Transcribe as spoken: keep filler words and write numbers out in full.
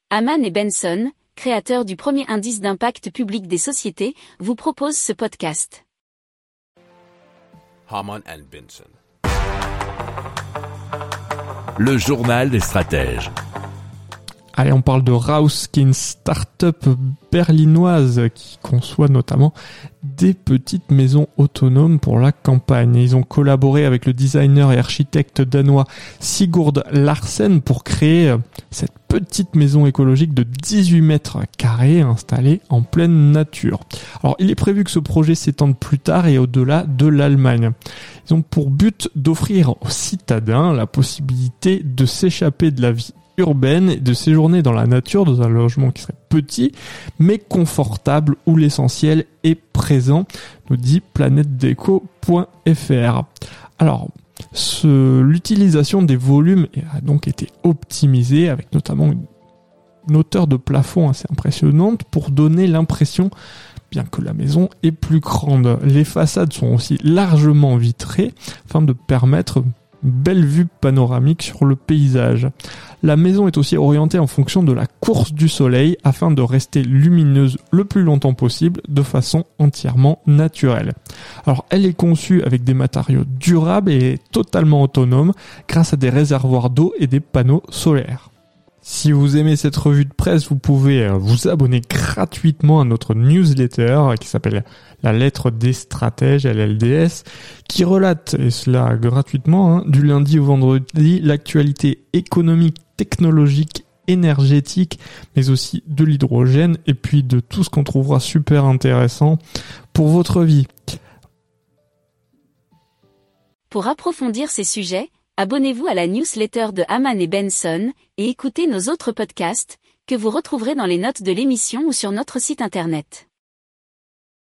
Hamann et Benson, créateurs du premier indice d'impact public des sociétés, vous proposent ce podcast. Hamann and Benson. Le journal des stratèges. Allez, on parle de Rauskin, start-up berlinoise qui conçoit notamment des petites maisons autonomes pour la campagne. Ils ont collaboré avec le designer et architecte danois Sigurd Larsen pour créer cette petite maison écologique de dix-huit mètres carrés installée en pleine nature. Alors, il est prévu que ce projet s'étende plus tard et au-delà de l'Allemagne. Ils ont pour but d'offrir aux citadins la possibilité de s'échapper de la vie urbaine et de séjourner dans la nature dans un logement qui serait petit mais confortable où l'essentiel est présent, nous dit planète déco point f r. Alors, ce, l'utilisation des volumes a donc été optimisée avec notamment une, une hauteur de plafond assez impressionnante pour donner l'impression bien que la maison est plus grande. Les façades sont aussi largement vitrées afin de permettre une belle vue panoramique sur le paysage. La maison est aussi orientée en fonction de la course du soleil afin de rester lumineuse le plus longtemps possible de façon entièrement naturelle. Alors, elle est conçue avec des matériaux durables et totalement autonomes grâce à des réservoirs d'eau et des panneaux solaires. Si vous aimez cette revue de presse, vous pouvez vous abonner gratuitement à notre newsletter qui s'appelle La Lettre des Stratèges, L L D S, qui relate, et cela gratuitement, hein, du lundi au vendredi, l'actualité économique, technologique, énergétique, mais aussi de l'hydrogène, et puis de tout ce qu'on trouvera super intéressant pour votre vie. Pour approfondir ces sujets, abonnez-vous à la newsletter de Hamann et Benson et écoutez nos autres podcasts que vous retrouverez dans les notes de l'émission ou sur notre site internet.